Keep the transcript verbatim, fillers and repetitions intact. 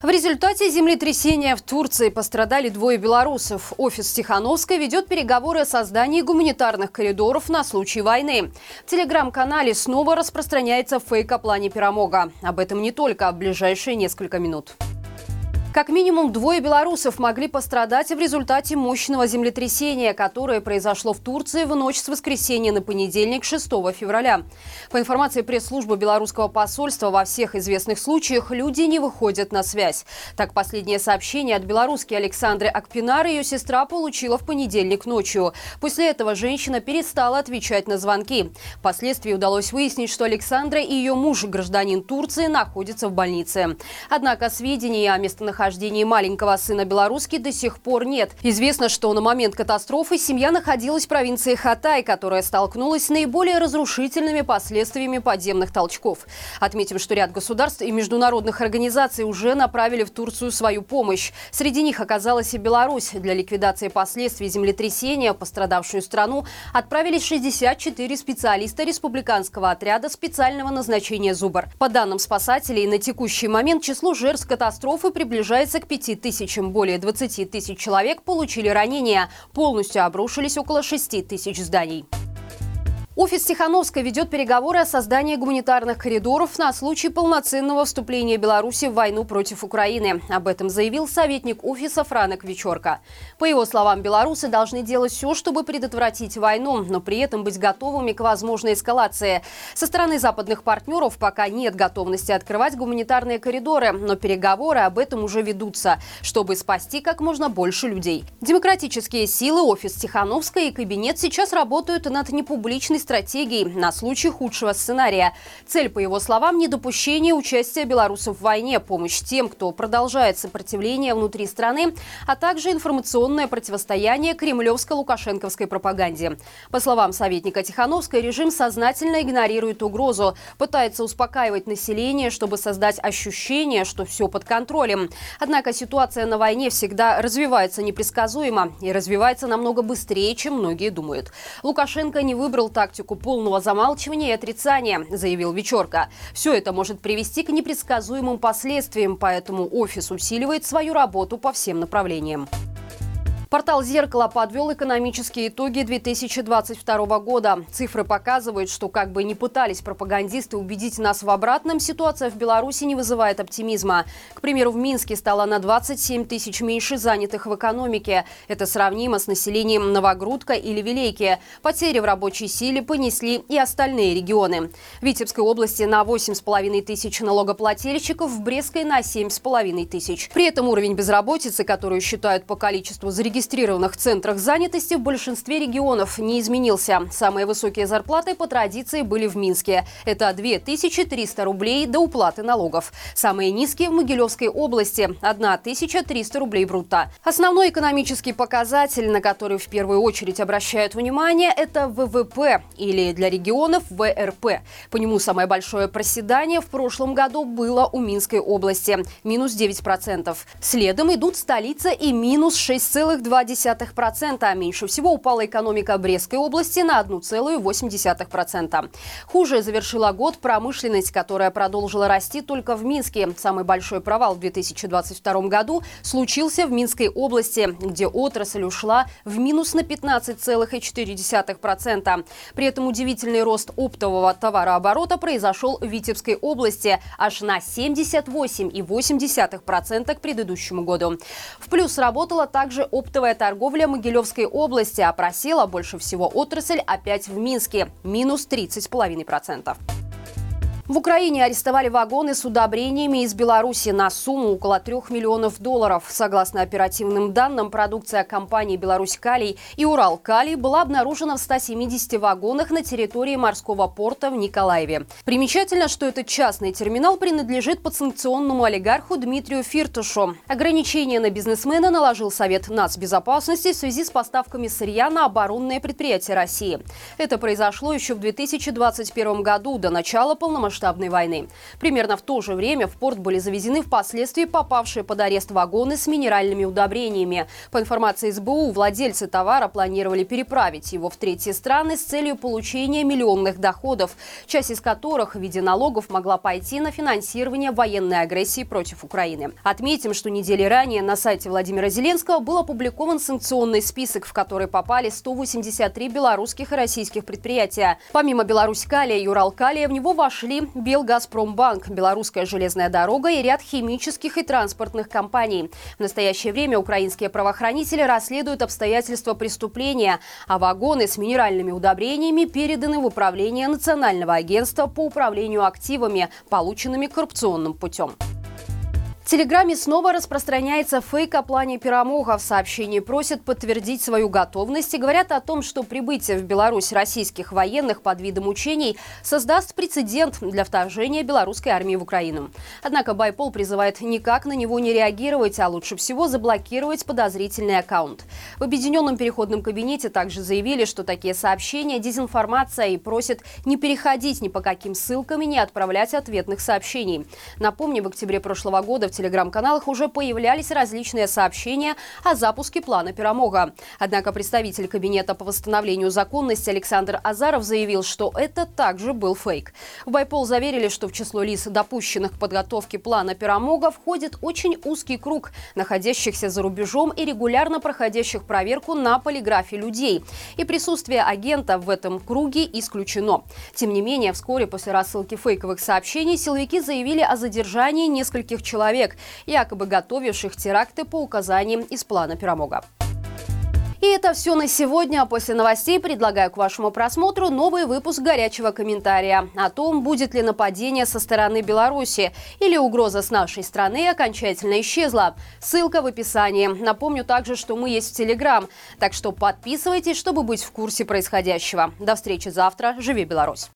В результате землетрясения в Турции пострадали двое белорусов. Офис Тихановской ведет переговоры о создании гуманитарных коридоров на случай войны. В телеграм-канале снова распространяется фейк о плане Перамога. Об этом не только в ближайшие несколько минут. Как минимум двое белорусов могли пострадать в результате мощного землетрясения, которое произошло в Турции в ночь с воскресенья на понедельник, шестого февраля. По информации пресс-службы белорусского посольства, во всех известных случаях люди не выходят на связь. Так, последнее сообщение от белорусски Александры Акпинар ее сестра получила в понедельник ночью. После этого женщина перестала отвечать на звонки. Впоследствии удалось выяснить, что Александра и ее муж, гражданин Турции, находятся в больнице. Однако сведений о местонахождении Нахождении маленького сына белоруски до сих пор нет. Известно, что на момент катастрофы семья находилась в провинции Хатай, которая столкнулась с наиболее разрушительными последствиями подземных толчков. Отметим, что ряд государств и международных организаций уже направили в Турцию свою помощь. Среди них оказалась и Беларусь. Для ликвидации последствий землетрясения в пострадавшую страну отправились шестьдесят четыре специалиста республиканского отряда специального назначения «Зубр». По данным спасателей, на текущий момент число жертв катастрофы приближается к пяти тысячам. Более двадцати тысяч человек получили ранения. Полностью обрушились около шести тысяч зданий. Офис Тихановской ведет переговоры о создании гуманитарных коридоров на случай полноценного вступления Беларуси в войну против Украины. Об этом заявил советник офиса Франек Вечорка. По его словам, белорусы должны делать все, чтобы предотвратить войну, но при этом быть готовыми к возможной эскалации. Со стороны западных партнеров пока нет готовности открывать гуманитарные коридоры, но переговоры об этом уже ведутся, чтобы спасти как можно больше людей. Демократические силы, офис Тихановской и кабинет сейчас работают над непубличной стратегией на случай худшего сценария. Цель, по его словам, недопущение участия белорусов в войне, помощь тем, кто продолжает сопротивление внутри страны, а также информационное противостояние кремлевско-лукашенковской пропаганде. По словам советника Тихановской, режим сознательно игнорирует угрозу, пытается успокаивать население, чтобы создать ощущение, что все под контролем. Однако ситуация на войне всегда развивается непредсказуемо и развивается намного быстрее, чем многие думают. Лукашенко не выбрал так тактику полного замалчивания и отрицания, заявил Вечорка. Все это может привести к непредсказуемым последствиям, поэтому офис усиливает свою работу по всем направлениям. Портал «Зеркало» подвел экономические итоги две тысячи двадцать второго года. Цифры показывают, что как бы ни пытались пропагандисты убедить нас в обратном, ситуация в Беларуси не вызывает оптимизма. К примеру, в Минске стало на двадцать семь тысяч меньше занятых в экономике. Это сравнимо с населением Новогрудка или Вилейки. Потери в рабочей силе понесли и остальные регионы. В Витебской области на восемь с половиной тысяч налогоплательщиков, в Брестской на семь с половиной тысяч. При этом уровень безработицы, которую считают по количеству зарегистрированных, регистрированных центрах занятости в большинстве регионов не изменился. Самые высокие зарплаты по традиции были в Минске. Это две тысячи триста рублей до уплаты налогов. Самые низкие в Могилевской области – тысяча триста рублей брутто. Основной экономический показатель, на который в первую очередь обращают внимание – это вэ вэ пэ или для регионов вэ эр пэ. По нему самое большое проседание в прошлом году было у Минской области – минус девять процентов. Следом идут столица и минус шесть целых две десятых процента. Меньше всего упала экономика Брестской области на одну целую восемь десятых процента. Хуже завершила год промышленность, которая продолжила расти только в Минске. Самый большой провал в две тысячи двадцать втором году случился в Минской области, где отрасль ушла в минус на пятнадцать целых четыре десятых процента. При этом удивительный рост оптового товарооборота произошел в Витебской области аж на семьдесят восемь целых восемь десятых процента к предыдущему году. В плюс работала также оптовая торговля Могилевской области, а просела больше всего отрасль опять в Минске – минус тридцать целых пять десятых процента. В Украине арестовали вагоны с удобрениями из Беларуси на сумму около трех миллионов долларов. Согласно оперативным данным, продукция компаний «Беларусь-Калий» и «Урал-Калий» была обнаружена в ста семидесяти вагонах на территории морского порта в Николаеве. Примечательно, что этот частный терминал принадлежит подсанкционному олигарху Дмитрию Фирташу. Ограничения на бизнесмена наложил Совет нацбезопасности в связи с поставками сырья на оборонные предприятия России. Это произошло еще в две тысячи двадцать первом году, до начала полномасштабной полномасштабной войны. Примерно в то же время в порт были завезены впоследствии попавшие под арест вагоны с минеральными удобрениями. По информации эс бэ у, владельцы товара планировали переправить его в третьи страны с целью получения миллионных доходов, часть из которых в виде налогов могла пойти на финансирование военной агрессии против Украины. Отметим, что недели ранее на сайте Владимира Зеленского был опубликован санкционный список, в который попали сто восемьдесят три белорусских и российских предприятия. Помимо Беларуськалия и Уралкалия в него вошли Белгазпромбанк, Белорусская железная дорога и ряд химических и транспортных компаний. В настоящее время украинские правоохранители расследуют обстоятельства преступления, а вагоны с минеральными удобрениями переданы в управление Национального агентства по управлению активами, полученными коррупционным путем. В Телеграме снова распространяется фейк о плане Перамога. В сообщении просят подтвердить свою готовность и говорят о том, что прибытие в Беларусь российских военных под видом учений создаст прецедент для вторжения белорусской армии в Украину. Однако Байпол призывает никак на него не реагировать, а лучше всего заблокировать подозрительный аккаунт. В Объединенном переходном кабинете также заявили, что такие сообщения – дезинформация, и просят не переходить ни по каким ссылкам и не отправлять ответных сообщений. Напомню, в октябре прошлого года в телеграм-каналах уже появлялись различные сообщения о запуске плана Перамога. Однако представитель Кабинета по восстановлению законности Александр Азаров заявил, что это также был фейк. В Байпол заверили, что в число лиц, допущенных к подготовке плана Перамога, входит очень узкий круг находящихся за рубежом и регулярно проходящих проверку на полиграфе людей. И присутствие агента в этом круге исключено. Тем не менее, вскоре после рассылки фейковых сообщений силовики заявили о задержании нескольких человек, якобы готовивших теракты по указаниям из плана Перамога. И это все на сегодня. После новостей предлагаю к вашему просмотру новый выпуск «Горячего комментария» о том, будет ли нападение со стороны Беларуси или угроза с нашей страны окончательно исчезла. Ссылка в описании. Напомню также, что мы есть в Телеграм, так что подписывайтесь, чтобы быть в курсе происходящего. До встречи завтра. Живи Беларусь!